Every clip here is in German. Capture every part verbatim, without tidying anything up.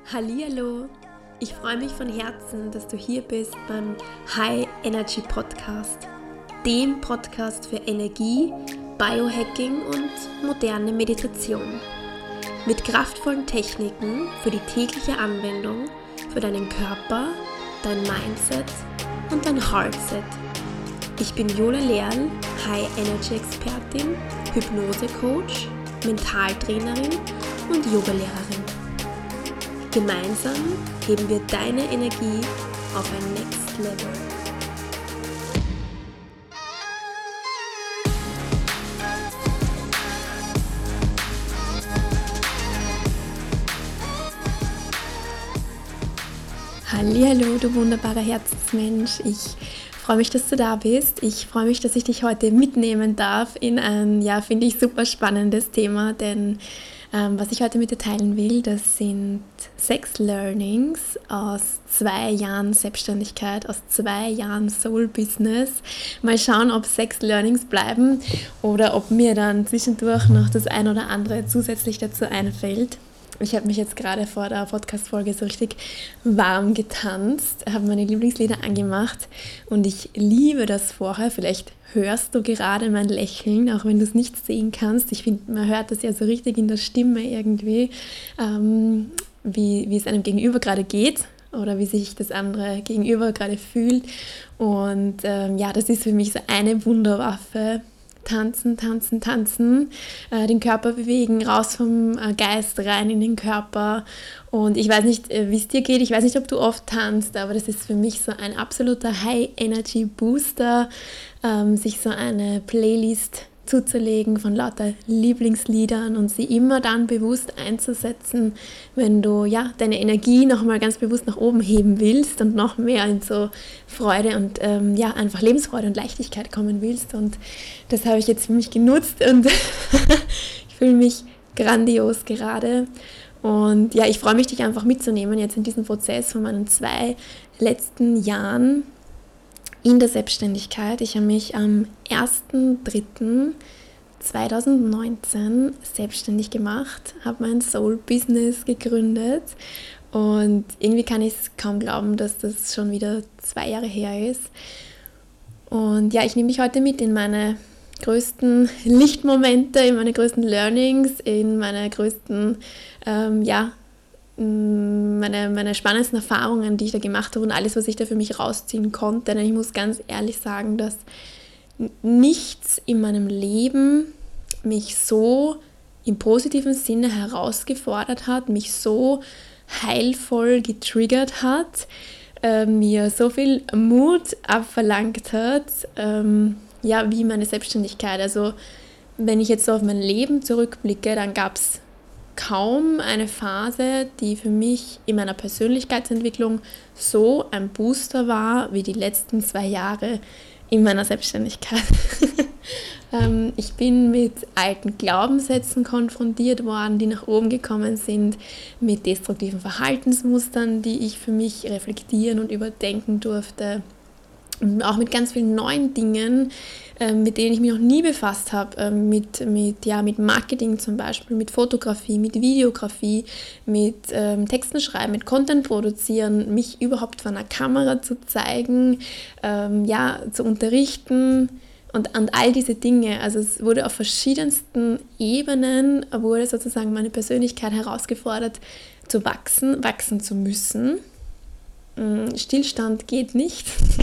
Hallihallo! Ich freue mich von Herzen, dass du hier bist beim High Energy Podcast, dem Podcast für Energie, Biohacking und moderne Meditation. Mit kraftvollen Techniken für die tägliche Anwendung, für deinen Körper, dein Mindset und dein Heartset. Ich bin Jola Lerl, High Energy Expertin, Hypnose-Coach, Mentaltrainerin und Yogalehrerin. Gemeinsam heben wir deine Energie auf ein Next Level. Hallihallo, du wunderbarer Herzensmensch. Ich freue mich, dass du da bist. Ich freue mich, dass ich dich heute mitnehmen darf in ein, ja, finde ich, super spannendes Thema, denn ähm, was ich heute mit dir teilen will, das sind sechs Learnings aus zwei Jahren Selbstständigkeit, aus zwei Jahren Soul Business. Mal schauen, ob sechs Learnings bleiben oder ob mir dann zwischendurch noch das ein oder andere zusätzlich dazu einfällt. Ich habe mich jetzt gerade vor der Podcast-Folge so richtig warm getanzt, habe meine Lieblingslieder angemacht und ich liebe das vorher. Vielleicht hörst du gerade mein Lächeln, auch wenn du es nicht sehen kannst. Ich finde, man hört das ja so richtig in der Stimme irgendwie, ähm, wie, wie es einem gegenüber gerade geht oder wie sich das andere gegenüber gerade fühlt. Und ähm, ja, das ist für mich so eine Wunderwaffe. Tanzen, tanzen, tanzen, äh, den Körper bewegen, raus vom äh, Geist, rein in den Körper. Und ich weiß nicht, äh, wie es dir geht, ich weiß nicht, ob du oft tanzt, aber das ist für mich so ein absoluter High-Energy-Booster, ähm, sich so eine Playlist zuzulegen von lauter Lieblingsliedern und sie immer dann bewusst einzusetzen, wenn du ja deine Energie nochmal ganz bewusst nach oben heben willst und noch mehr in so Freude und ähm, ja einfach Lebensfreude und Leichtigkeit kommen willst. Und das habe ich jetzt für mich genutzt und ich fühle mich grandios gerade. Und ja, ich freue mich, dich einfach mitzunehmen jetzt in diesen Prozess von meinen zwei letzten Jahren in der Selbstständigkeit. Ich habe mich am ersten dritten zweitausendneunzehn selbstständig gemacht, habe mein Soul-Business gegründet und irgendwie kann ich es kaum glauben, dass das schon wieder zwei Jahre her ist. Und ja, ich nehme dich heute mit in meine größten Lichtmomente, in meine größten Learnings, in meine größten, ähm, ja, Meine, meine spannendsten Erfahrungen, die ich da gemacht habe und alles, was ich da für mich rausziehen konnte. Denn ich muss ganz ehrlich sagen, dass nichts in meinem Leben mich so im positiven Sinne herausgefordert hat, mich so heilvoll getriggert hat, äh, mir so viel Mut abverlangt hat, ähm, ja, wie meine Selbstständigkeit. Also wenn ich jetzt so auf mein Leben zurückblicke, dann gab es kaum eine Phase, die für mich in meiner Persönlichkeitsentwicklung so ein Booster war, wie die letzten zwei Jahre in meiner Selbstständigkeit. ähm, ich bin mit alten Glaubenssätzen konfrontiert worden, die nach oben gekommen sind, mit destruktiven Verhaltensmustern, die ich für mich reflektieren und überdenken durfte. Und auch mit ganz vielen neuen Dingen, äh, mit denen ich mich noch nie befasst habe, äh, mit, mit, ja, mit Marketing zum Beispiel, mit Fotografie, mit Videografie, mit ähm, Texten schreiben, mit Content produzieren, mich überhaupt vor einer Kamera zu zeigen, ähm, ja, zu unterrichten und, und all diese Dinge. Also es wurde auf verschiedensten Ebenen, wurde sozusagen meine Persönlichkeit herausgefordert, zu wachsen, wachsen zu müssen. Stillstand geht nicht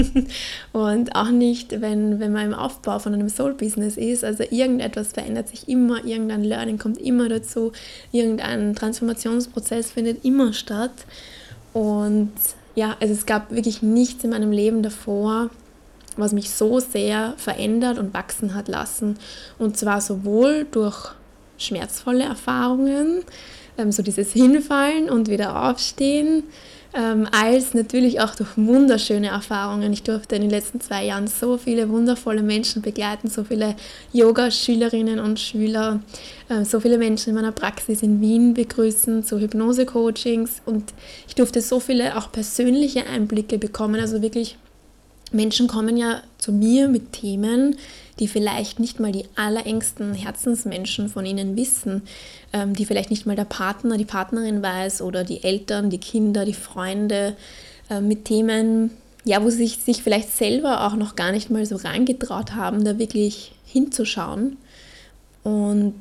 und auch nicht, wenn, wenn man im Aufbau von einem Soul-Business ist. Also irgendetwas verändert sich immer, irgendein Learning kommt immer dazu, irgendein Transformationsprozess findet immer statt. Und ja, also es gab wirklich nichts in meinem Leben davor, was mich so sehr verändert und wachsen hat lassen. Und zwar sowohl durch schmerzvolle Erfahrungen, ähm, so dieses Hinfallen und wieder aufstehen, Ähm, als natürlich auch durch wunderschöne Erfahrungen. Ich durfte in den letzten zwei Jahren so viele wundervolle Menschen begleiten, so viele Yoga-Schülerinnen und Schüler, äh, so viele Menschen in meiner Praxis in Wien begrüßen, so Hypnose-Coachings und ich durfte so viele auch persönliche Einblicke bekommen, also wirklich Menschen kommen ja zu mir mit Themen, die vielleicht nicht mal die allerengsten Herzensmenschen von ihnen wissen, ähm, die vielleicht nicht mal der Partner, die Partnerin weiß oder die Eltern, die Kinder, die Freunde, äh, mit Themen, ja, wo sie sich, sich vielleicht selber auch noch gar nicht mal so reingetraut haben, da wirklich hinzuschauen. Und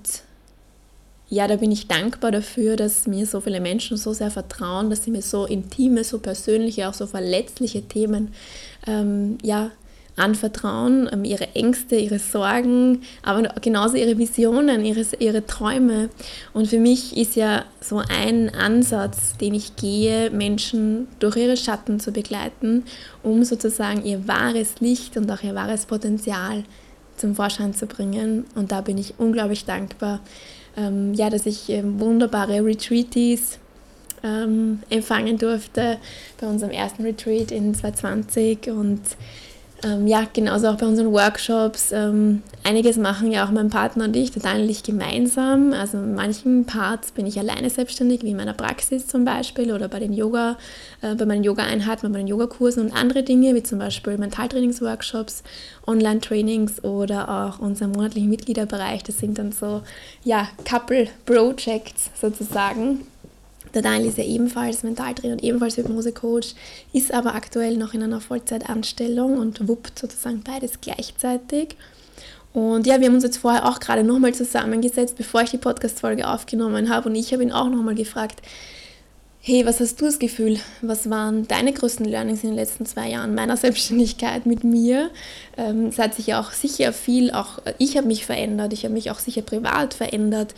ja, da bin ich dankbar dafür, dass mir so viele Menschen so sehr vertrauen, dass sie mir so intime, so persönliche, auch so verletzliche Themen ähm, ja, anvertrauen, ähm, ihre Ängste, ihre Sorgen, aber genauso ihre Visionen, ihre, ihre Träume. Und für mich ist ja so ein Ansatz, den ich gehe, Menschen durch ihre Schatten zu begleiten, um sozusagen ihr wahres Licht und auch ihr wahres Potenzial zum Vorschein zu bringen. Und da bin ich unglaublich dankbar, ähm, ja, dass ich ähm, wunderbare Retreatees ähm, empfangen durfte bei unserem ersten Retreat in zwanzig zwanzig und ähm, ja, genauso auch bei unseren Workshops. Ähm, einiges machen ja auch mein Partner und ich total gemeinsam. Also in manchen Parts bin ich alleine selbstständig, wie in meiner Praxis zum Beispiel oder bei den Yoga, äh, bei meinen Yoga-Einheiten, bei meinen Yogakursen und andere Dinge, wie zum Beispiel Mentaltrainingsworkshops, Online-Trainings oder auch unser monatlichen Mitgliederbereich. Das sind dann so, ja, Couple-Projects sozusagen. Der Daniel ist ja ebenfalls Mentaltrainer und ebenfalls Hypnose-Coach, ist aber aktuell noch in einer Vollzeitanstellung und wuppt sozusagen beides gleichzeitig. Und ja, wir haben uns jetzt vorher auch gerade nochmal zusammengesetzt, bevor ich die Podcast-Folge aufgenommen habe. Und ich habe ihn auch nochmal gefragt, hey, was hast du das Gefühl? Was waren deine größten Learnings in den letzten zwei Jahren meiner Selbstständigkeit mit mir? Ähm, es hat sich ja auch sicher viel, auch ich habe mich verändert, ich habe mich auch sicher privat verändert.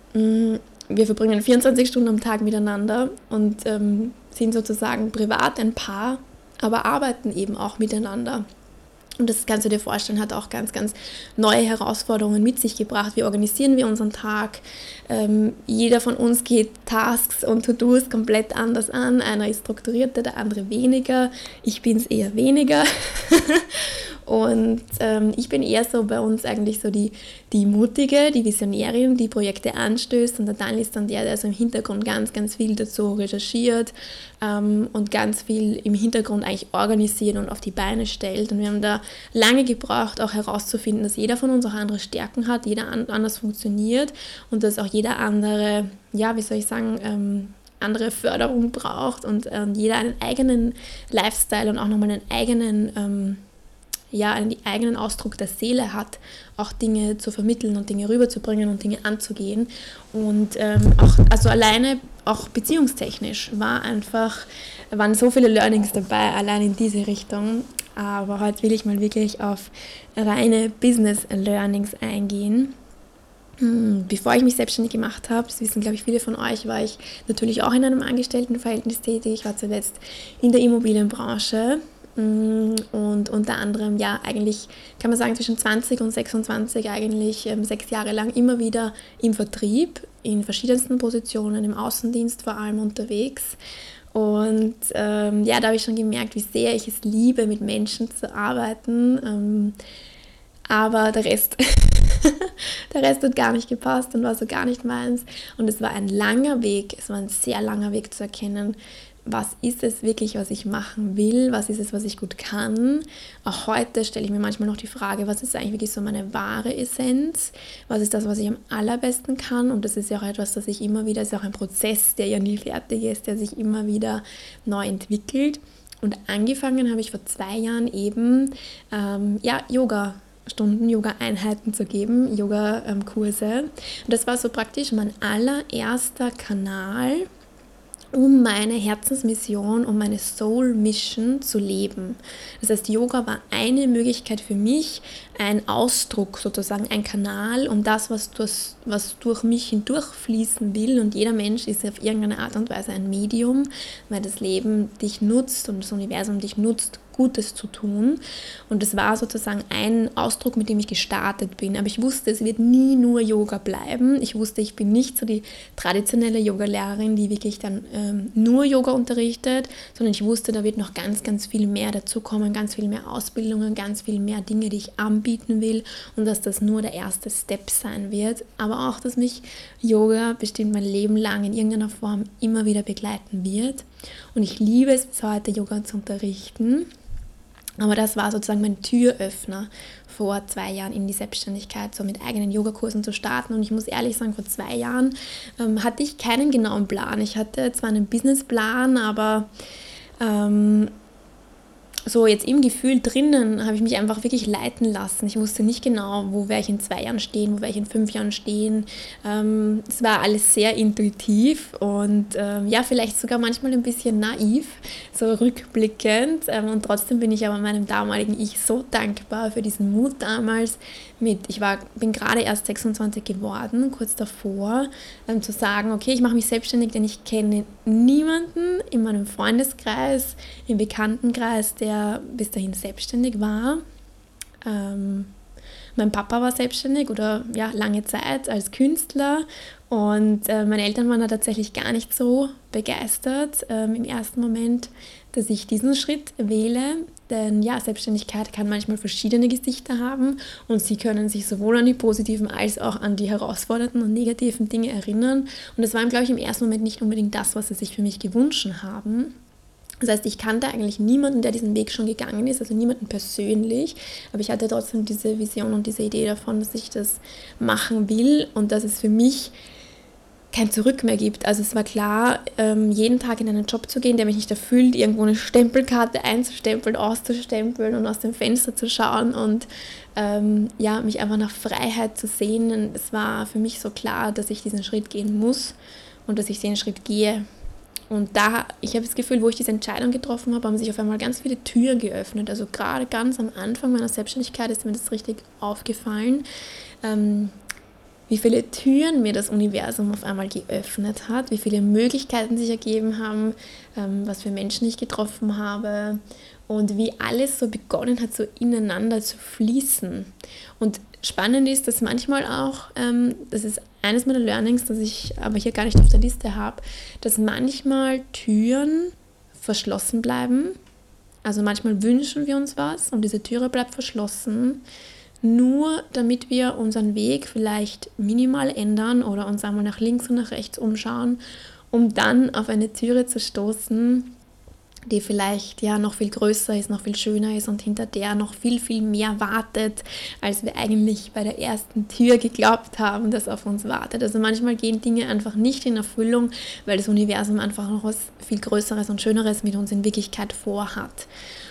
Wir verbringen vierundzwanzig Stunden am Tag miteinander und ähm, sind sozusagen privat ein Paar, aber arbeiten eben auch miteinander. Und das kannst du dir vorstellen, hat auch ganz, ganz neue Herausforderungen mit sich gebracht. Wie organisieren wir unseren Tag? Ähm, jeder von uns geht Tasks und To-Dos komplett anders an. Einer ist strukturierter, der andere weniger. Ich bin es eher weniger. Und ähm, ich bin eher so bei uns eigentlich so die, die Mutige, die Visionärin, die Projekte anstößt. Und der Daniel ist dann der, der so im Hintergrund ganz, ganz viel dazu recherchiert ähm, und ganz viel im Hintergrund eigentlich organisiert und auf die Beine stellt. Und wir haben da lange gebraucht, auch herauszufinden, dass jeder von uns auch andere Stärken hat, jeder an, anders funktioniert und dass auch jeder andere, ja, wie soll ich sagen, ähm, andere Förderung braucht und ähm, jeder einen eigenen Lifestyle und auch nochmal einen eigenen ähm, ja, einen eigenen Ausdruck der Seele hat, auch Dinge zu vermitteln und Dinge rüberzubringen und Dinge anzugehen. Und ähm, auch, also alleine, auch beziehungstechnisch, war einfach, waren so viele Learnings dabei, allein in diese Richtung. Aber heute will ich mal wirklich auf reine Business-Learnings eingehen. Bevor ich mich selbstständig gemacht habe, das wissen, glaube ich, viele von euch, war ich natürlich auch in einem Angestelltenverhältnis tätig. Ich war zuletzt in der Immobilienbranche. Und unter anderem, ja, eigentlich kann man sagen, zwischen zwanzig und sechsundzwanzig eigentlich ähm, sechs Jahre lang immer wieder im Vertrieb, in verschiedensten Positionen, im Außendienst vor allem unterwegs. Und ähm, ja, da habe ich schon gemerkt, wie sehr ich es liebe, mit Menschen zu arbeiten. Ähm, aber der Rest, der Rest hat gar nicht gepasst und war so gar nicht meins. Und es war ein langer Weg, es war ein sehr langer Weg zu erkennen, was ist es wirklich, was ich machen will, was ist es, was ich gut kann. Auch heute stelle ich mir manchmal noch die Frage, was ist eigentlich wirklich so meine wahre Essenz, was ist das, was ich am allerbesten kann. Und das ist ja auch etwas, das sich immer wieder, ist auch ein Prozess, der ja nie fertig ist, der sich immer wieder neu entwickelt. Und angefangen habe ich vor zwei Jahren eben ähm, ja, Yoga Stunden, Yoga-Einheiten zu geben, Yoga-Kurse. Und das war so praktisch mein allererster Kanal, um meine Herzensmission, um meine Soul-Mission zu leben. Das heißt, Yoga war eine Möglichkeit für mich, ein Ausdruck sozusagen, ein Kanal, um das, was durch, was durch mich hindurchfließen will. Und jeder Mensch ist auf irgendeine Art und Weise ein Medium, weil das Leben dich nutzt und das Universum dich nutzt, Gutes zu tun. Und das war sozusagen ein Ausdruck, mit dem ich gestartet bin. Aber ich wusste, es wird nie nur Yoga bleiben. Ich wusste, ich bin nicht so die traditionelle Yoga-Lehrerin, die wirklich dann ähm, nur Yoga unterrichtet, sondern ich wusste, da wird noch ganz, ganz viel mehr dazu kommen, ganz viel mehr Ausbildungen, ganz viel mehr Dinge, die ich anbieten will und dass das nur der erste Step sein wird. Aber auch, dass mich Yoga bestimmt mein Leben lang in irgendeiner Form immer wieder begleiten wird. Und ich liebe es bis heute, Yoga zu unterrichten. Aber das war sozusagen mein Türöffner vor zwei Jahren in die Selbstständigkeit, so mit eigenen Yogakursen zu starten. Und ich muss ehrlich sagen, vor zwei Jahren ähm, hatte ich keinen genauen Plan. Ich hatte zwar einen Businessplan, aber ähm, so jetzt im Gefühl drinnen habe ich mich einfach wirklich leiten lassen. Ich wusste nicht genau, wo werde ich in zwei Jahren stehen, wo werde ich in fünf Jahren stehen. Ähm, es war alles sehr intuitiv und ähm, ja, vielleicht sogar manchmal ein bisschen naiv, so rückblickend. Ähm, und trotzdem bin ich aber meinem damaligen Ich so dankbar für diesen Mut damals mit. Ich war, bin gerade erst sechsundzwanzig geworden, kurz davor, ähm, zu sagen, okay, ich mache mich selbstständig, denn ich kenne niemanden in meinem Freundeskreis, im Bekanntenkreis, der bis dahin selbstständig war. Ähm, mein Papa war selbstständig oder ja, lange Zeit als Künstler und äh, meine Eltern waren da tatsächlich gar nicht so begeistert ähm, im ersten Moment, dass ich diesen Schritt wähle. Denn ja, Selbstständigkeit kann manchmal verschiedene Gesichter haben und sie können sich sowohl an die positiven als auch an die herausfordernden und negativen Dinge erinnern. Und das war, glaube ich, im ersten Moment nicht unbedingt das, was sie sich für mich gewünscht haben. Das heißt, ich kannte eigentlich niemanden, der diesen Weg schon gegangen ist, also niemanden persönlich, aber ich hatte trotzdem diese Vision und diese Idee davon, dass ich das machen will und dass es für mich kein Zurück mehr gibt. Also es war klar, jeden Tag in einen Job zu gehen, der mich nicht erfüllt, irgendwo eine Stempelkarte einzustempeln, auszustempeln und aus dem Fenster zu schauen und ähm, ja, mich einfach nach Freiheit zu sehnen. Es war für mich so klar, dass ich diesen Schritt gehen muss und dass ich den Schritt gehe. Und da, ich habe das Gefühl, wo ich diese Entscheidung getroffen habe, haben sich auf einmal ganz viele Türen geöffnet. Also gerade ganz am Anfang meiner Selbstständigkeit ist mir das richtig aufgefallen, ähm, wie viele Türen mir das Universum auf einmal geöffnet hat, wie viele Möglichkeiten sich ergeben haben, ähm, was für Menschen ich getroffen habe und wie alles so begonnen hat, so ineinander zu fließen. Und spannend ist, dass manchmal auch, ähm, das ist eines meiner Learnings, das ich aber hier gar nicht auf der Liste habe, dass manchmal Türen verschlossen bleiben. Also manchmal wünschen wir uns was und diese Türe bleibt verschlossen, nur damit wir unseren Weg vielleicht minimal ändern oder uns einmal nach links und nach rechts umschauen, um dann auf eine Türe zu stoßen, die vielleicht ja noch viel größer ist, noch viel schöner ist und hinter der noch viel, viel mehr wartet, als wir eigentlich bei der ersten Tür geglaubt haben, dass auf uns wartet. Also manchmal gehen Dinge einfach nicht in Erfüllung, weil das Universum einfach noch was viel Größeres und Schöneres mit uns in Wirklichkeit vorhat.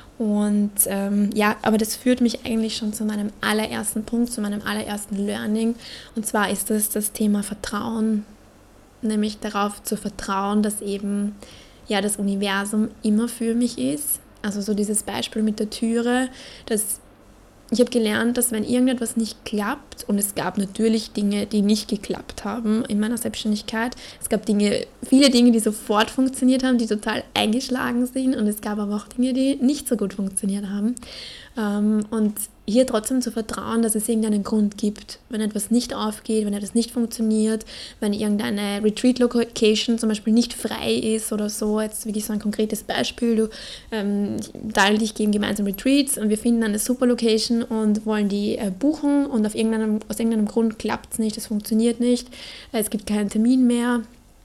Und ähm, ja, aber das führt mich eigentlich schon zu meinem allerersten Punkt, zu meinem allerersten Learning. Und zwar ist das das Thema Vertrauen, nämlich darauf zu vertrauen, dass eben ja das Universum immer für mich ist. Also so dieses Beispiel mit der Türe, dass ich habe gelernt, dass wenn irgendetwas nicht klappt, und es gab natürlich Dinge, die nicht geklappt haben in meiner Selbstständigkeit, es gab Dinge, viele Dinge, die sofort funktioniert haben, die total eingeschlagen sind, und es gab aber auch Dinge, die nicht so gut funktioniert haben. Und hier trotzdem zu vertrauen, dass es irgendeinen Grund gibt, wenn etwas nicht aufgeht, wenn etwas nicht funktioniert, wenn irgendeine Retreat-Location zum Beispiel nicht frei ist oder so. Jetzt wirklich so ein konkretes Beispiel, du, ähm, Daniel und ich gehen gemeinsam Retreats und wir finden eine super Location und wollen die äh, buchen und auf irgendeinem, aus irgendeinem Grund klappt es nicht, es funktioniert nicht, es gibt keinen Termin mehr.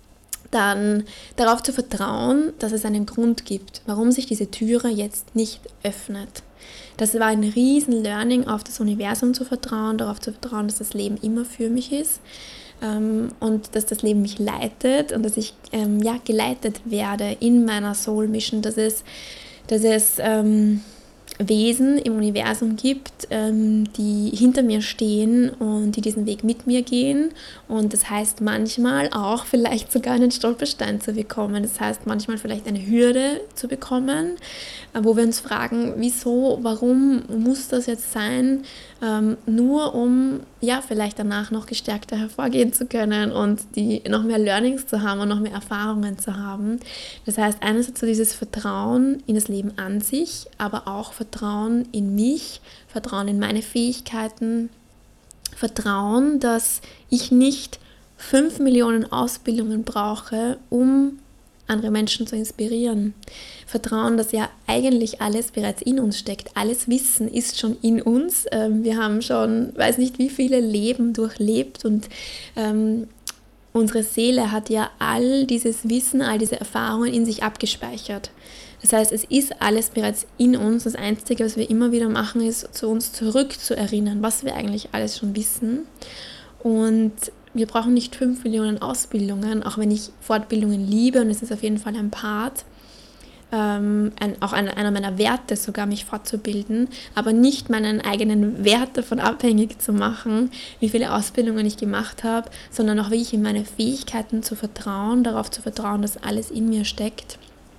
Dann darauf zu vertrauen, dass es einen Grund gibt, warum sich diese Türe jetzt nicht öffnet. Das war ein riesen Learning, auf das Universum zu vertrauen, darauf zu vertrauen, dass das Leben immer für mich ist ähm, und dass das Leben mich leitet und dass ich ähm, ja, geleitet werde in meiner Soul Mission, dass es, dass es ähm, Wesen im Universum gibt, ähm, die hinter mir stehen und die diesen Weg mit mir gehen. Und das heißt manchmal auch vielleicht sogar einen Stolperstein zu bekommen. Das heißt manchmal vielleicht eine Hürde zu bekommen, äh, wo wir uns fragen, wieso, warum muss das jetzt sein? Ähm, nur um ja vielleicht danach noch gestärkter hervorgehen zu können und die noch mehr Learnings zu haben und noch mehr Erfahrungen zu haben. Das heißt einerseits so dieses Vertrauen in das Leben an sich, aber auch Vertrauen in mich, Vertrauen in meine Fähigkeiten, Vertrauen, dass ich nicht fünf Millionen Ausbildungen brauche, um andere Menschen zu inspirieren. Vertrauen, dass ja eigentlich alles bereits in uns steckt. Alles Wissen ist schon in uns. Wir haben schon, weiß nicht wie viele Leben durchlebt und ähm, unsere Seele hat ja all dieses Wissen, all diese Erfahrungen in sich abgespeichert. Das heißt, es ist alles bereits in uns. Das Einzige, was wir immer wieder machen, ist, zu uns zurückzuerinnern, was wir eigentlich alles schon wissen. Und wir brauchen nicht fünf Millionen Ausbildungen, auch wenn ich Fortbildungen liebe und es ist auf jeden Fall ein Part, ähm, ein, auch ein, einer meiner Werte sogar, mich fortzubilden, aber nicht meinen eigenen Wert davon abhängig zu machen, wie viele Ausbildungen ich gemacht habe, sondern auch wirklich in meine Fähigkeiten zu vertrauen, darauf zu vertrauen, dass alles in mir steckt.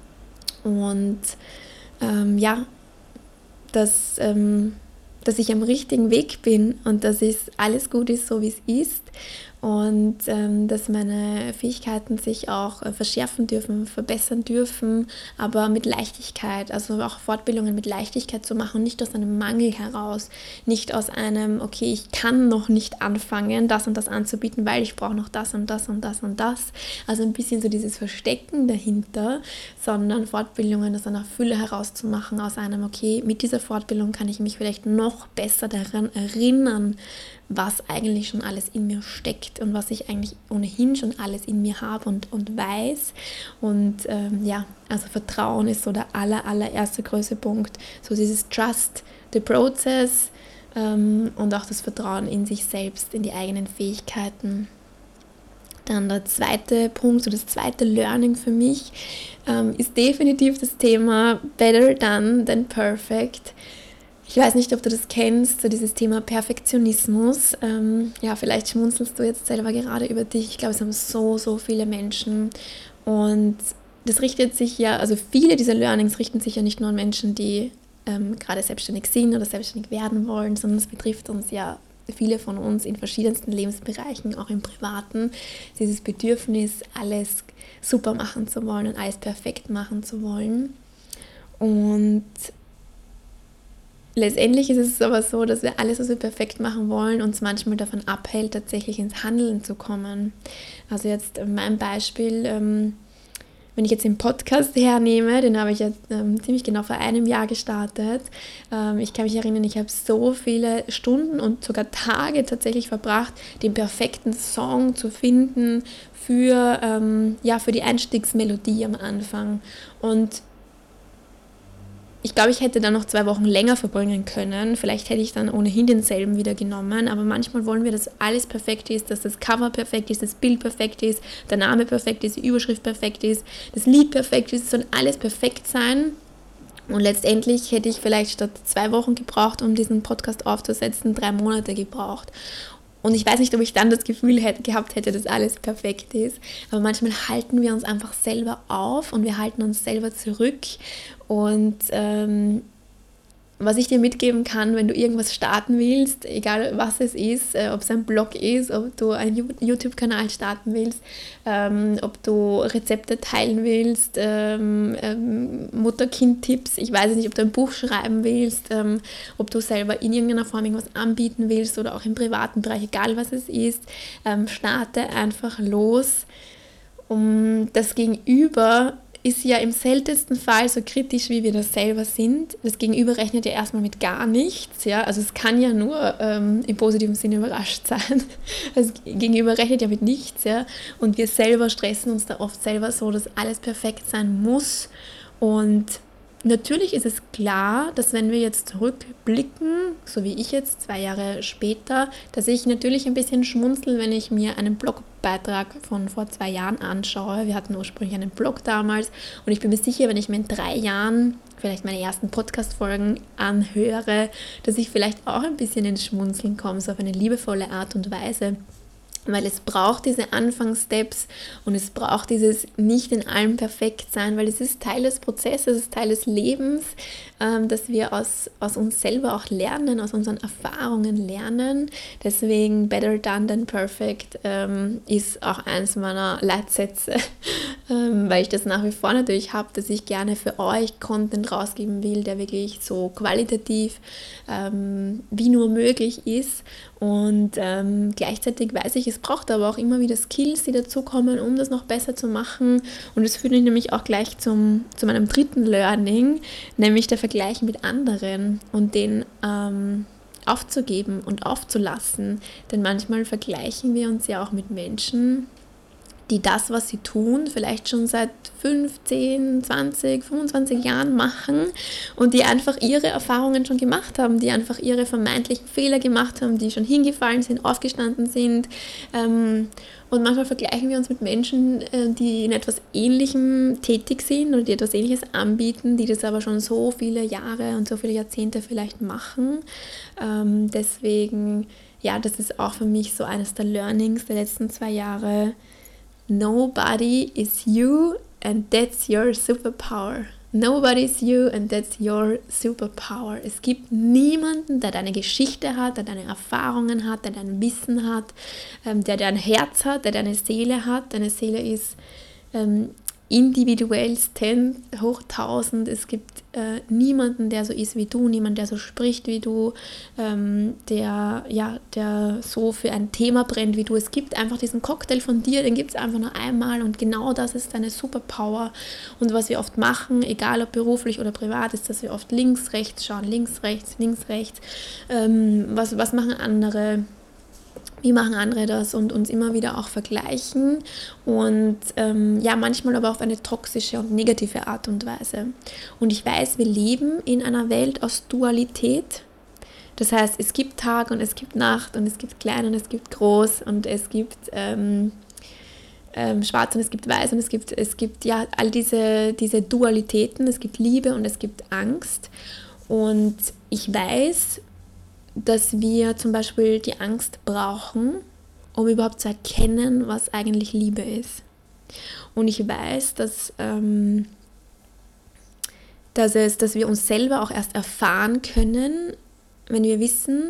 Und ähm, ja, dass, ähm, dass ich am richtigen Weg bin und dass es alles gut ist, so wie es ist. Und ähm, dass meine Fähigkeiten sich auch äh, verschärfen dürfen, verbessern dürfen, aber mit Leichtigkeit, also auch Fortbildungen mit Leichtigkeit zu machen, nicht aus einem Mangel heraus, nicht aus einem, okay, ich kann noch nicht anfangen, das und das anzubieten, weil ich brauche noch das und das und das und das. Also ein bisschen so dieses Verstecken dahinter, sondern Fortbildungen aus einer Fülle herauszumachen, aus einem, okay, mit dieser Fortbildung kann ich mich vielleicht noch besser daran erinnern, was eigentlich schon alles in mir steckt und was ich eigentlich ohnehin schon alles in mir habe und, und weiß. Und ähm, ja, also Vertrauen ist so der aller, allererste größte Punkt. So dieses Trust the process ähm, und auch das Vertrauen in sich selbst, in die eigenen Fähigkeiten. Dann der zweite Punkt, so das zweite Learning für mich, ähm, ist definitiv das Thema Better Done than Perfect. Ich weiß nicht, ob du das kennst, so dieses Thema Perfektionismus. Ähm, ja, vielleicht schmunzelst du jetzt selber gerade über dich. Ich glaube, es haben so, so viele Menschen. Und das richtet sich ja, also viele dieser Learnings richten sich ja nicht nur an Menschen, die ähm, gerade selbstständig sind oder selbstständig werden wollen, sondern es betrifft uns ja viele von uns in verschiedensten Lebensbereichen, auch im Privaten. Dieses Bedürfnis, alles super machen zu wollen und alles perfekt machen zu wollen. Und letztendlich ist es aber so, dass wir alles, was wir perfekt machen wollen, uns manchmal davon abhält, tatsächlich ins Handeln zu kommen. Also jetzt mein Beispiel, ähm, wenn ich jetzt den Podcast hernehme, den habe ich ja ähm, ziemlich genau vor einem Jahr gestartet. Ähm, ich kann mich erinnern, ich habe so viele Stunden und sogar Tage tatsächlich verbracht, den perfekten Song zu finden für, ähm, ja, für die Einstiegsmelodie am Anfang. Und ich glaube, ich hätte dann noch zwei Wochen länger verbringen können. Vielleicht hätte ich dann ohnehin denselben wieder genommen. Aber manchmal wollen wir, dass alles perfekt ist, dass das Cover perfekt ist, das Bild perfekt ist, der Name perfekt ist, die Überschrift perfekt ist, das Lied perfekt ist. Es soll alles perfekt sein. Und letztendlich hätte ich vielleicht statt zwei Wochen gebraucht, um diesen Podcast aufzusetzen, drei Monate gebraucht. Und ich weiß nicht, ob ich dann das Gefühl hätte, gehabt hätte, dass alles perfekt ist. Aber manchmal halten wir uns einfach selber auf und wir halten uns selber zurück. Und ähm, was ich dir mitgeben kann, wenn du irgendwas starten willst, egal was es ist, äh, ob es ein Blog ist, ob du einen YouTube-Kanal starten willst, ähm, ob du Rezepte teilen willst, ähm, ähm, Mutter-Kind-Tipps, ich weiß nicht, ob du ein Buch schreiben willst, ähm, ob du selber in irgendeiner Form irgendwas anbieten willst oder auch im privaten Bereich, egal was es ist, ähm, starte einfach los, um das Gegenüber ist ja im seltensten Fall so kritisch, wie wir das selber sind. Das Gegenüber rechnet ja erstmal mit gar nichts. Ja? Also es kann ja nur ähm, im positiven Sinne überrascht sein. Das Gegenüber rechnet ja mit nichts. Ja? Und wir selber stressen uns da oft selber so, dass alles perfekt sein muss. Und natürlich ist es klar, dass wenn wir jetzt zurückblicken, so wie ich jetzt zwei Jahre später, dass ich natürlich ein bisschen schmunzel, wenn ich mir einen Blogbeitrag von vor zwei Jahren anschaue. Wir hatten ursprünglich einen Blog damals und ich bin mir sicher, wenn ich mir in drei Jahren vielleicht meine ersten Podcast-Folgen anhöre, dass ich vielleicht auch ein bisschen ins Schmunzeln komme, so auf eine liebevolle Art und Weise. Weil es braucht diese Anfangssteps und es braucht dieses nicht in allem perfekt sein, weil es ist Teil des Prozesses, es ist Teil des Lebens, ähm, dass wir aus, aus uns selber auch lernen, aus unseren Erfahrungen lernen. Deswegen Better Done than Perfect ähm, ist auch eins meiner Leitsätze, ähm, weil ich das nach wie vor natürlich habe, dass ich gerne für euch Content rausgeben will, der wirklich so qualitativ ähm, wie nur möglich ist. Und ähm, gleichzeitig weiß ich, es braucht aber auch immer wieder Skills, die dazukommen, um das noch besser zu machen. Und das führt mich nämlich auch gleich zum, zu meinem dritten Learning, nämlich der Vergleich mit anderen und den ähm, aufzugeben und aufzulassen. Denn manchmal vergleichen wir uns ja auch mit Menschen, die das, was sie tun, vielleicht schon seit fünfzehn, zwanzig, fünfundzwanzig Jahren machen und die einfach ihre Erfahrungen schon gemacht haben, die einfach ihre vermeintlichen Fehler gemacht haben, die schon hingefallen sind, aufgestanden sind. Und manchmal vergleichen wir uns mit Menschen, die in etwas Ähnlichem tätig sind oder die etwas Ähnliches anbieten, die das aber schon so viele Jahre und so viele Jahrzehnte vielleicht machen. Deswegen, ja, das ist auch für mich so eines der Learnings der letzten zwei Jahre. Nobody is you and that's your superpower. Nobody is you and that's your superpower. Es gibt niemanden, der deine Geschichte hat, der deine Erfahrungen hat, der dein Wissen hat, ähm, der dein Herz hat, der deine Seele hat. Deine Seele ist ähm, individuell zehn hoch tausend. Es gibt äh, niemanden, der so ist wie du, niemand, der so spricht wie du, ähm, der, ja, der so für ein Thema brennt wie du. Es gibt einfach diesen Cocktail von dir, den gibt es einfach nur einmal und genau das ist deine Superpower. Und was wir oft machen, egal ob beruflich oder privat, ist, dass wir oft links, rechts schauen, links, rechts, links, rechts. Ähm, was, was machen andere? Wie machen andere das und uns immer wieder auch vergleichen und ähm, ja, manchmal aber auf eine toxische und negative Art und Weise. Und ich weiß, wir leben in einer Welt aus Dualität. Das heißt, es gibt Tag und es gibt Nacht und es gibt klein und es gibt groß und es gibt ähm, ähm, schwarz und es gibt weiß und es gibt, es gibt ja all diese, diese Dualitäten. Es gibt Liebe und es gibt Angst. Und ich weiß, dass wir zum Beispiel die Angst brauchen, um überhaupt zu erkennen, was eigentlich Liebe ist. Und ich weiß, dass, ähm, dass, es, dass wir uns selber auch erst erfahren können, wenn wir wissen,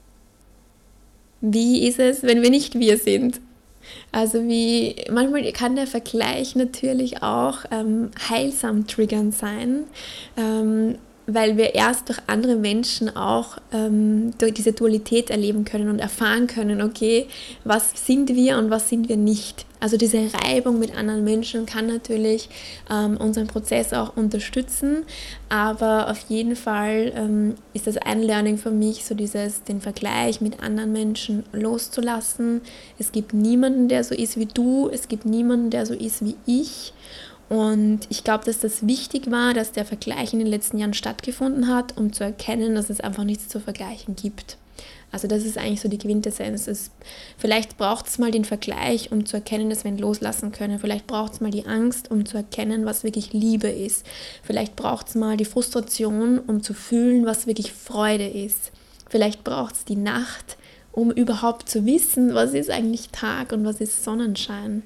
wie ist es, wenn wir nicht wir sind. Also wie, manchmal kann der Vergleich natürlich auch ähm, heilsam triggernd sein, ähm, weil wir erst durch andere Menschen auch ähm, durch diese Dualität erleben können und erfahren können, okay, was sind wir und was sind wir nicht. Also diese Reibung mit anderen Menschen kann natürlich ähm, unseren Prozess auch unterstützen, aber auf jeden Fall ähm, ist das ein Learning für mich, so dieses, den Vergleich mit anderen Menschen loszulassen. Es gibt niemanden, der so ist wie du, es gibt niemanden, der so ist wie ich. Und ich glaube, dass das wichtig war, dass der Vergleich in den letzten Jahren stattgefunden hat, um zu erkennen, dass es einfach nichts zu vergleichen gibt. Also das ist eigentlich so die Quintessenz. Es, vielleicht braucht es mal den Vergleich, um zu erkennen, dass wir ihn loslassen können. Vielleicht braucht es mal die Angst, um zu erkennen, was wirklich Liebe ist. Vielleicht braucht es mal die Frustration, um zu fühlen, was wirklich Freude ist. Vielleicht braucht es die Nacht, um überhaupt zu wissen, was ist eigentlich Tag und was ist Sonnenschein.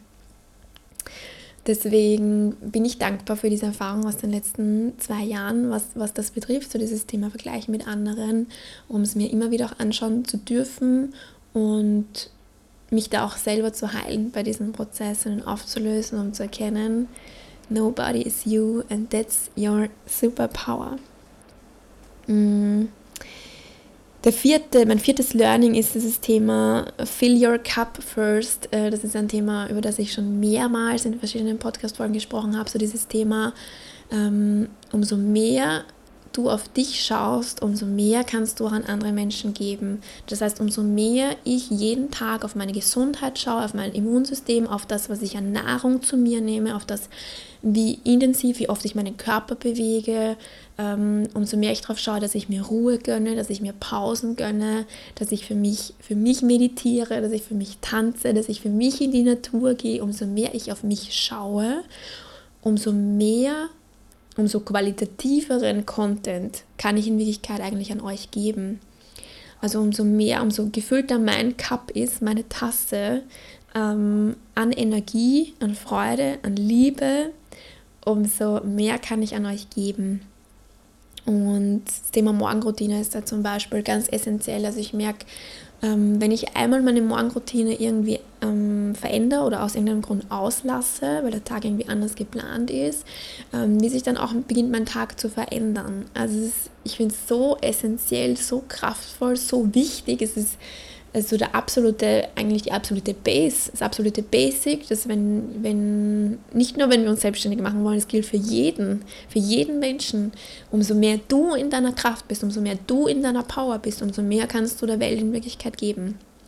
Deswegen bin ich dankbar für diese Erfahrung aus den letzten zwei Jahren, was, was das betrifft, so dieses Thema Vergleichen mit anderen, um es mir immer wieder auch anschauen zu dürfen und mich da auch selber zu heilen bei diesen Prozessen und aufzulösen, um zu erkennen, nobody is you and that's your superpower. Mm. Der vierte, mein viertes Learning ist dieses Thema Fill your cup first. Das ist ein Thema, über das ich schon mehrmals in verschiedenen Podcast-Folgen gesprochen habe. So dieses Thema, ähm, umso mehr du auf dich schaust, umso mehr kannst du auch an andere Menschen geben. Das heißt, umso mehr ich jeden Tag auf meine Gesundheit schaue, auf mein Immunsystem, auf das, was ich an Nahrung zu mir nehme, auf das, wie intensiv, wie oft ich meinen Körper bewege, ähm, umso mehr ich darauf schaue, dass ich mir Ruhe gönne, dass ich mir Pausen gönne, dass ich für mich, für mich meditiere, dass ich für mich tanze, dass ich für mich in die Natur gehe, umso mehr ich auf mich schaue, umso mehr umso qualitativeren Content kann ich in Wirklichkeit eigentlich an euch geben. Also umso mehr, umso gefüllter mein Cup ist, meine Tasse, ähm, an Energie, an Freude, an Liebe, umso mehr kann ich an euch geben. Und das Thema Morgenroutine ist da zum Beispiel ganz essentiell. Also ich merke, ähm, wenn ich einmal meine Morgenroutine irgendwie ähm, verändere oder aus irgendeinem Grund auslasse, weil der Tag irgendwie anders geplant ist, ähm, wie sich dann auch beginnt mein Tag zu verändern. Also es ist, ich finde es so essentiell, so kraftvoll, so wichtig. Es ist also der absolute, eigentlich die absolute Base, das absolute Basic, dass wenn, wenn, nicht nur wenn wir uns selbstständig machen wollen, es gilt für jeden, für jeden Menschen, umso mehr du in deiner Kraft bist, umso mehr du in deiner Power bist, umso mehr kannst du der Welt in Wirklichkeit geben.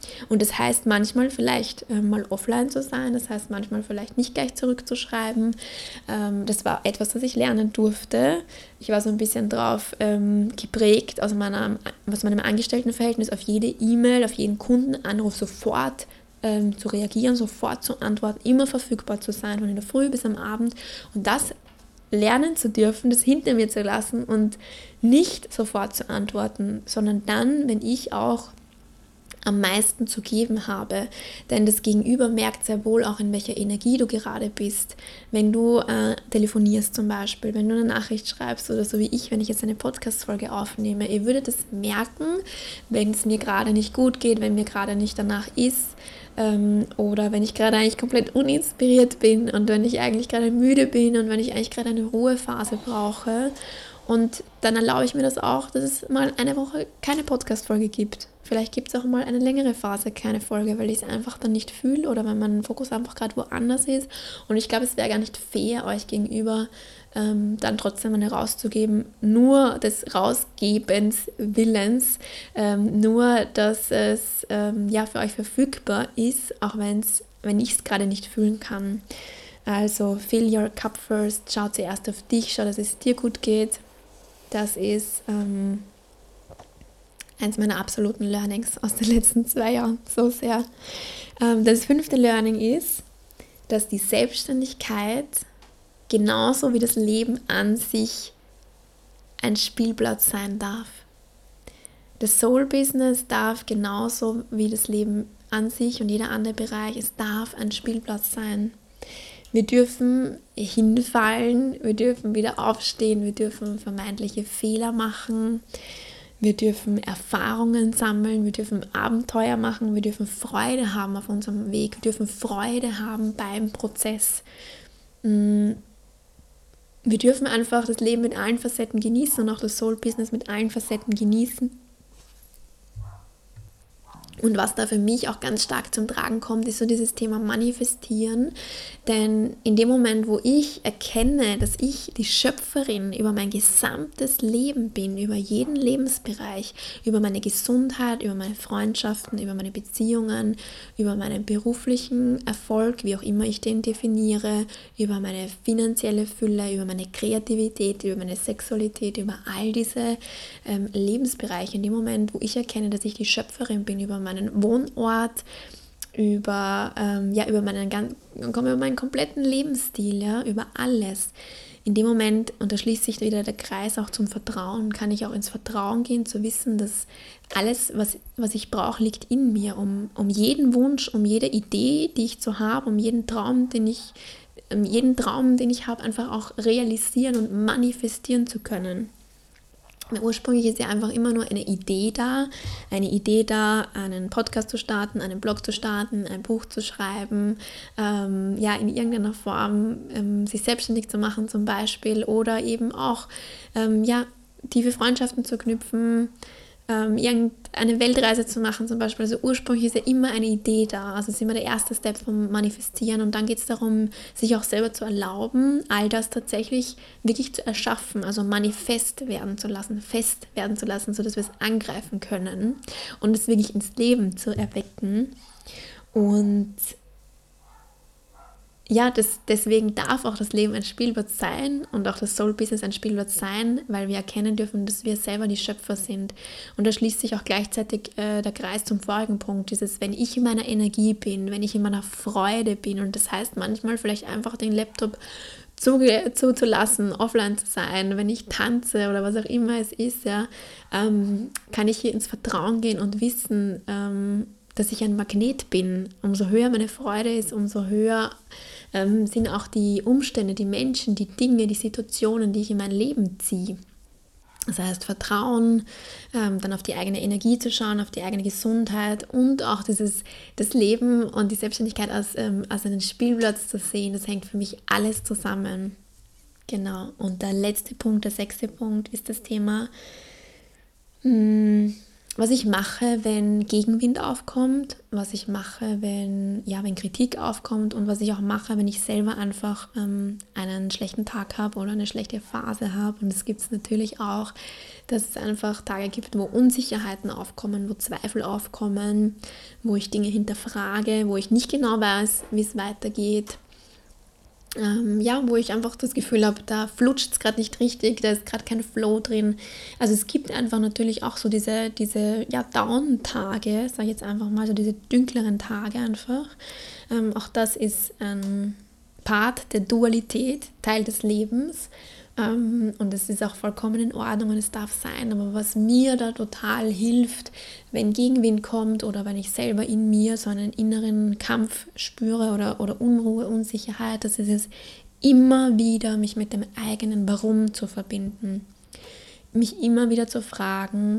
Und das heißt manchmal vielleicht äh, mal offline zu sein, das heißt manchmal vielleicht nicht gleich zurückzuschreiben. Ähm, das war etwas, was ich lernen durfte. Ich war so ein bisschen drauf ähm, geprägt, aus, meiner, aus meinem Angestelltenverhältnis, auf jede E-Mail, auf jeden Kundenanruf sofort ähm, zu reagieren, sofort zu antworten, immer verfügbar zu sein, von in der Früh bis am Abend. Und das lernen zu dürfen, das hinter mir zu lassen und nicht sofort zu antworten, sondern dann, wenn ich auch am meisten zu geben habe. Denn das Gegenüber merkt sehr wohl auch, in welcher Energie du gerade bist. Wenn du äh, telefonierst zum Beispiel, wenn du eine Nachricht schreibst oder so wie ich, wenn ich jetzt eine Podcast-Folge aufnehme, ihr würdet es merken, wenn es mir gerade nicht gut geht, wenn mir gerade nicht danach ist ähm, oder wenn ich gerade eigentlich komplett uninspiriert bin und wenn ich eigentlich gerade müde bin und wenn ich eigentlich gerade eine Ruhephase brauche. Und dann erlaube ich mir das auch, dass es mal eine Woche keine Podcast-Folge gibt. Vielleicht gibt es auch mal eine längere Phase keine Folge, weil ich es einfach dann nicht fühle oder wenn mein Fokus einfach gerade woanders ist. Und ich glaube, es wäre gar nicht fair, euch gegenüber ähm, dann trotzdem eine rauszugeben, nur des Rausgebens Willens, ähm, nur, dass es ähm, ja für euch verfügbar ist, auch wenn's, wenn ich es gerade nicht fühlen kann. Also fill your cup first, schau zuerst auf dich, schau, dass es dir gut geht. Das ist ähm, eins meiner absoluten Learnings aus den letzten zwei Jahren, so sehr. Ähm, das fünfte Learning ist, dass die Selbstständigkeit genauso wie das Leben an sich ein Spielplatz sein darf. Das Soul-Business darf genauso wie das Leben an sich und jeder andere Bereich, es darf ein Spielplatz sein. Wir dürfen hinfallen, wir dürfen wieder aufstehen, wir dürfen vermeintliche Fehler machen, wir dürfen Erfahrungen sammeln, wir dürfen Abenteuer machen, wir dürfen Freude haben auf unserem Weg, wir dürfen Freude haben beim Prozess. Wir dürfen einfach das Leben mit allen Facetten genießen und auch das Soul-Business mit allen Facetten genießen. Und was da für mich auch ganz stark zum Tragen kommt, ist so dieses Thema Manifestieren. Denn in dem Moment, wo ich erkenne, dass ich die Schöpferin über mein gesamtes Leben bin, über jeden Lebensbereich, über meine Gesundheit, über meine Freundschaften, über meine Beziehungen, über meinen beruflichen Erfolg, wie auch immer ich den definiere, über meine finanzielle Fülle, über meine Kreativität, über meine Sexualität, über all diese ähm, Lebensbereiche. In dem Moment, wo ich erkenne, dass ich die Schöpferin bin über meinen Wohnort, über, ähm, ja, über, meinen, über meinen kompletten Lebensstil, ja, über alles. In dem Moment, und da schließt sich wieder der Kreis auch zum Vertrauen, kann ich auch ins Vertrauen gehen, zu wissen, dass alles, was, was ich brauche, liegt in mir, um, um jeden Wunsch, um jede Idee, die ich so habe, um jeden Traum, den ich, um jeden Traum, den ich habe, einfach auch realisieren und manifestieren zu können. Ursprünglich ist ja einfach immer nur eine Idee da, eine Idee da, einen Podcast zu starten, einen Blog zu starten, ein Buch zu schreiben, ähm, ja, in irgendeiner Form ähm, sich selbstständig zu machen zum Beispiel oder eben auch, ähm, ja, tiefe Freundschaften zu knüpfen, ähm, irgendeine Weltreise zu machen zum Beispiel. Also ursprünglich ist ja immer eine Idee da, also es ist immer der erste Step vom Manifestieren und dann geht es darum, sich auch selber zu erlauben, all das tatsächlich wirklich zu erschaffen, also manifest werden zu lassen, fest werden zu lassen, sodass wir es angreifen können und es wirklich ins Leben zu erwecken. Und ja, das, deswegen darf auch das Leben ein Spielplatz sein und auch das Soul-Business ein Spielplatz sein, weil wir erkennen dürfen, dass wir selber die Schöpfer sind. Und da schließt sich auch gleichzeitig äh, der Kreis zum vorigen Punkt, dieses, wenn ich in meiner Energie bin, wenn ich in meiner Freude bin und das heißt manchmal vielleicht einfach den Laptop zuzulassen, offline zu sein, wenn ich tanze oder was auch immer es ist, ja, ähm, kann ich hier ins Vertrauen gehen und wissen, ähm, dass ich ein Magnet bin. Umso höher meine Freude ist, umso höher ähm, sind auch die Umstände, die Menschen, die Dinge, die Situationen, die ich in mein Leben ziehe. Das heißt Vertrauen, ähm, dann auf die eigene Energie zu schauen, auf die eigene Gesundheit und auch dieses, das Leben und die Selbstständigkeit als, ähm, als einen Spielplatz zu sehen. Das hängt für mich alles zusammen. Genau. Und der letzte Punkt, der sechste Punkt ist das Thema mh, was ich mache, wenn Gegenwind aufkommt, was ich mache, wenn, ja, wenn Kritik aufkommt und was ich auch mache, wenn ich selber einfach ähm, einen schlechten Tag habe oder eine schlechte Phase habe. Und es gibt es natürlich auch, dass es einfach Tage gibt, wo Unsicherheiten aufkommen, wo Zweifel aufkommen, wo ich Dinge hinterfrage, wo ich nicht genau weiß, wie es weitergeht. Ähm, ja, wo ich einfach das Gefühl habe, da flutscht es gerade nicht richtig, da ist gerade kein Flow drin. Also es gibt einfach natürlich auch so diese, diese ja, Down-Tage, sage ich jetzt einfach mal, so diese dunkleren Tage einfach. Ähm, auch das ist ein Part der Dualität, Teil des Lebens. Ähm, und es ist auch vollkommen in Ordnung und es darf sein. Aber was mir da total hilft, wenn Gegenwind kommt oder wenn ich selber in mir so einen inneren Kampf spüre oder, oder Unruhe, Unsicherheit, das ist es immer wieder, mich mit dem eigenen Warum zu verbinden. Mich immer wieder zu fragen,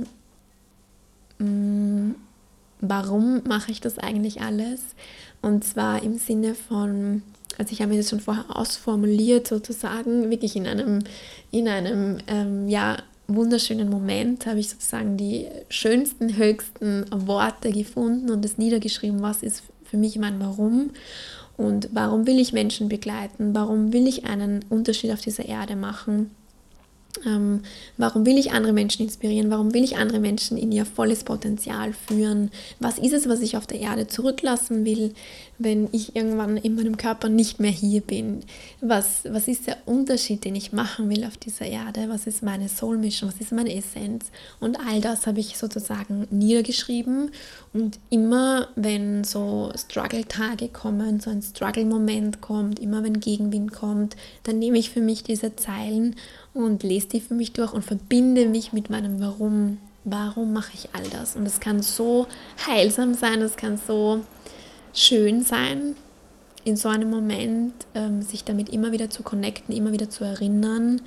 mh, warum mache ich das eigentlich alles? Und zwar im Sinne von, also ich habe mir das schon vorher ausformuliert sozusagen, wirklich in einem, in einem ähm, ja, wunderschönen Moment habe ich sozusagen die schönsten, höchsten Worte gefunden und es niedergeschrieben, was ist für mich mein Warum und warum will ich Menschen begleiten, warum will ich einen Unterschied auf dieser Erde machen. Ähm, warum will ich andere Menschen inspirieren? Warum will ich andere Menschen in ihr volles Potenzial führen? Was ist es, was ich auf der Erde zurücklassen will, wenn ich irgendwann in meinem Körper nicht mehr hier bin? Was, was ist der Unterschied, den ich machen will auf dieser Erde? Was ist meine Soul Mission? Was ist meine Essenz? Und all das habe ich sozusagen niedergeschrieben. Und immer, wenn so Struggle-Tage kommen, so ein Struggle-Moment kommt, immer wenn Gegenwind kommt, dann nehme ich für mich diese Zeilen und lese die für mich durch und verbinde mich mit meinem Warum. Warum mache ich all das? Und es kann so heilsam sein, es kann so schön sein, in so einem Moment ähm, sich damit immer wieder zu connecten, immer wieder zu erinnern,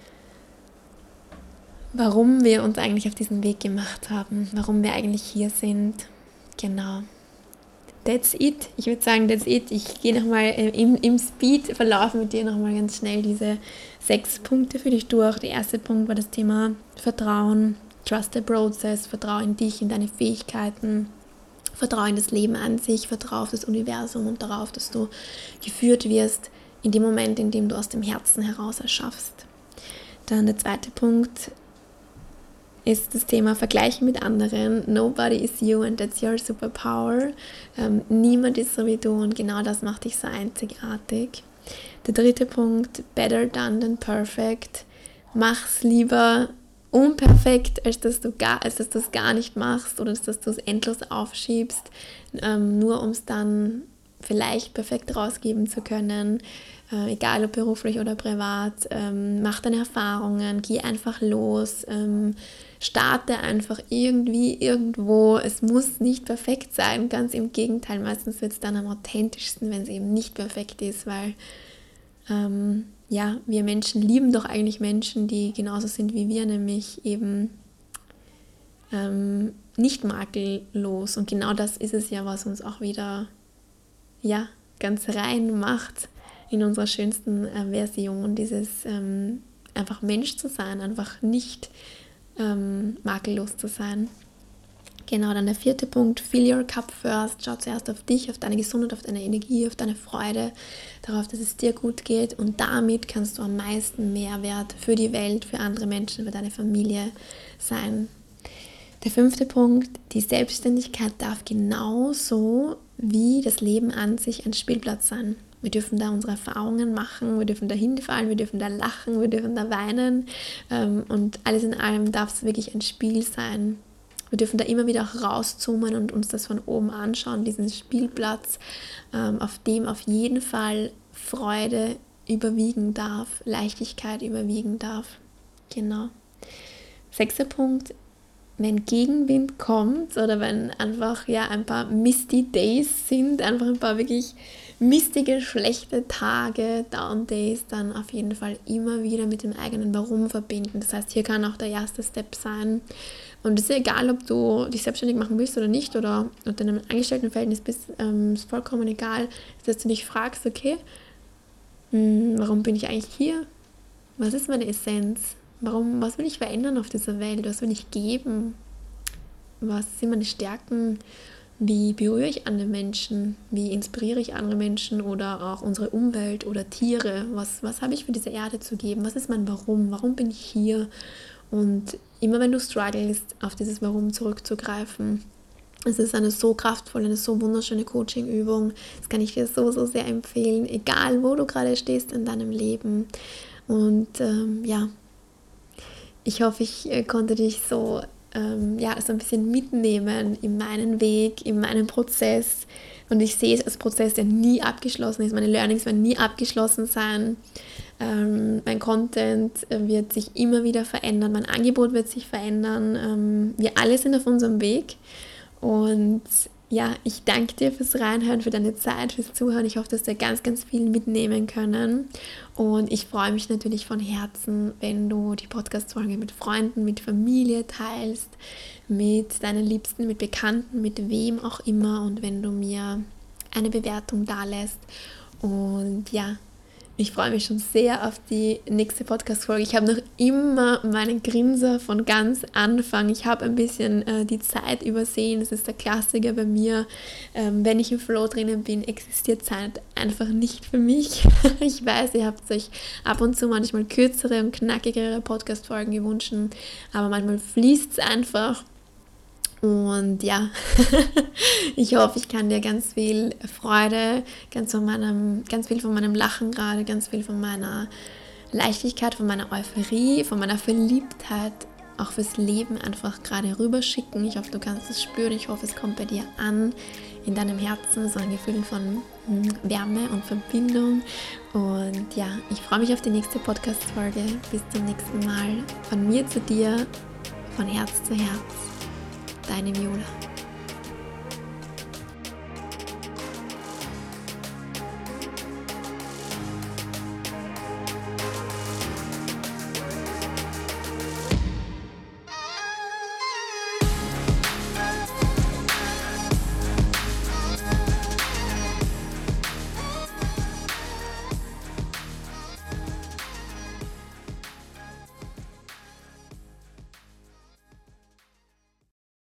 warum wir uns eigentlich auf diesen Weg gemacht haben, warum wir eigentlich hier sind. Genau. That's it. Ich würde sagen, that's it. Ich gehe nochmal im, im Speed-Verlauf mit dir nochmal ganz schnell diese sechs Punkte für dich durch. Der erste Punkt war das Thema Vertrauen, Trust the Process, Vertraue in dich, in deine Fähigkeiten, Vertraue in das Leben an sich, Vertraue auf das Universum und darauf, dass du geführt wirst in dem Moment, in dem du aus dem Herzen heraus erschaffst. Dann der zweite Punkt ist das Thema Vergleichen mit anderen. Nobody is you and that's your superpower. Ähm, niemand ist so wie du und genau das macht dich so einzigartig. Der dritte Punkt, better done than perfect. Mach's lieber unperfekt, als dass du gar, als dass du es gar nicht machst oder dass du es endlos aufschiebst, ähm, nur um es dann vielleicht perfekt rausgeben zu können. Äh, egal ob beruflich oder privat, ähm, mach deine Erfahrungen, geh einfach los, ähm, starte einfach irgendwie, irgendwo. Es muss nicht perfekt sein, ganz im Gegenteil, meistens wird es dann am authentischsten, wenn es eben nicht perfekt ist, weil ähm, ja, wir Menschen lieben doch eigentlich Menschen, die genauso sind wie wir, nämlich eben ähm, nicht makellos. Und genau das ist es ja, was uns auch wieder ja, ganz rein macht in unserer schönsten äh, Version, dieses ähm, einfach Mensch zu sein, einfach nicht ähm, makellos zu sein. Genau, dann der vierte Punkt, fill your cup first, schau zuerst auf dich, auf deine Gesundheit, auf deine Energie, auf deine Freude, darauf, dass es dir gut geht und damit kannst du am meisten Mehrwert für die Welt, für andere Menschen, für deine Familie sein. Der fünfte Punkt, die Selbstständigkeit darf genauso wie das Leben an sich ein Spielplatz sein. Wir dürfen da unsere Erfahrungen machen, wir dürfen da hinfallen, wir dürfen da lachen, wir dürfen da weinen und alles in allem darf es wirklich ein Spiel sein. Wir dürfen da immer wieder auch rauszoomen und uns das von oben anschauen, diesen Spielplatz, auf dem auf jeden Fall Freude überwiegen darf, Leichtigkeit überwiegen darf. Genau. Sechster Punkt, wenn Gegenwind kommt oder wenn einfach ja ein paar misty Days sind, einfach ein paar wirklich mistige, schlechte Tage, Down Days, dann auf jeden Fall immer wieder mit dem eigenen Warum verbinden. Das heißt, hier kann auch der erste Step sein. Und es ist egal, ob du dich selbstständig machen willst oder nicht oder ob du in einem Angestelltenverhältnis bist, ähm, ist vollkommen egal, dass du dich fragst, okay, mh, warum bin ich eigentlich hier? Was ist meine Essenz? Warum, was will ich verändern auf dieser Welt? Was will ich geben? was sind meine Stärken, wie berühre ich andere Menschen, wie inspiriere ich andere Menschen oder auch unsere Umwelt oder Tiere, was, was habe ich für diese Erde zu geben, was ist mein Warum, warum bin ich hier? Und immer wenn du strugglest, auf dieses Warum zurückzugreifen, es ist eine so kraftvolle, eine so wunderschöne Coaching-Übung, das kann ich dir so, so sehr empfehlen, egal wo du gerade stehst in deinem Leben. Und ähm, ja, ich hoffe, ich äh, konnte dich so, ähm, ja, so ein bisschen mitnehmen in meinen Weg, in meinen Prozess. Und ich sehe es als Prozess, der nie abgeschlossen ist. Meine Learnings werden nie abgeschlossen sein. Ähm, mein Content wird sich immer wieder verändern. Mein Angebot wird sich verändern. Ähm, wir alle sind auf unserem Weg. Und ja, ich danke dir fürs Reinhören, für deine Zeit, fürs Zuhören. Ich hoffe, dass wir ganz, ganz viel mitnehmen können. Und ich freue mich natürlich von Herzen, wenn du die Podcast-Folge mit Freunden, mit Familie teilst, mit deinen Liebsten, mit Bekannten, mit wem auch immer. Und wenn du mir eine Bewertung dalässt. Und ja, ich freue mich schon sehr auf die nächste Podcast-Folge. Ich habe noch immer meinen Grinser von ganz Anfang. Ich habe ein bisschen äh, die Zeit übersehen. Das ist der Klassiker bei mir. Ähm, wenn ich im Flow drinnen bin, existiert Zeit einfach nicht für mich. Ich weiß, ihr habt euch ab und zu manchmal kürzere und knackigere Podcast-Folgen gewünscht, aber manchmal fließt es einfach. Und ja, ich hoffe, ich kann dir ganz viel Freude, ganz, von meinem, ganz viel von meinem Lachen gerade, ganz viel von meiner Leichtigkeit, von meiner Euphorie, von meiner Verliebtheit auch fürs Leben einfach gerade rüberschicken. Ich hoffe, du kannst es spüren. Ich hoffe, es kommt bei dir an, in deinem Herzen, so ein Gefühl von Wärme und Verbindung. Und ja, ich freue mich auf die nächste Podcast-Folge. Bis zum nächsten Mal. Von mir zu dir, von Herz zu Herz. Deine Viola.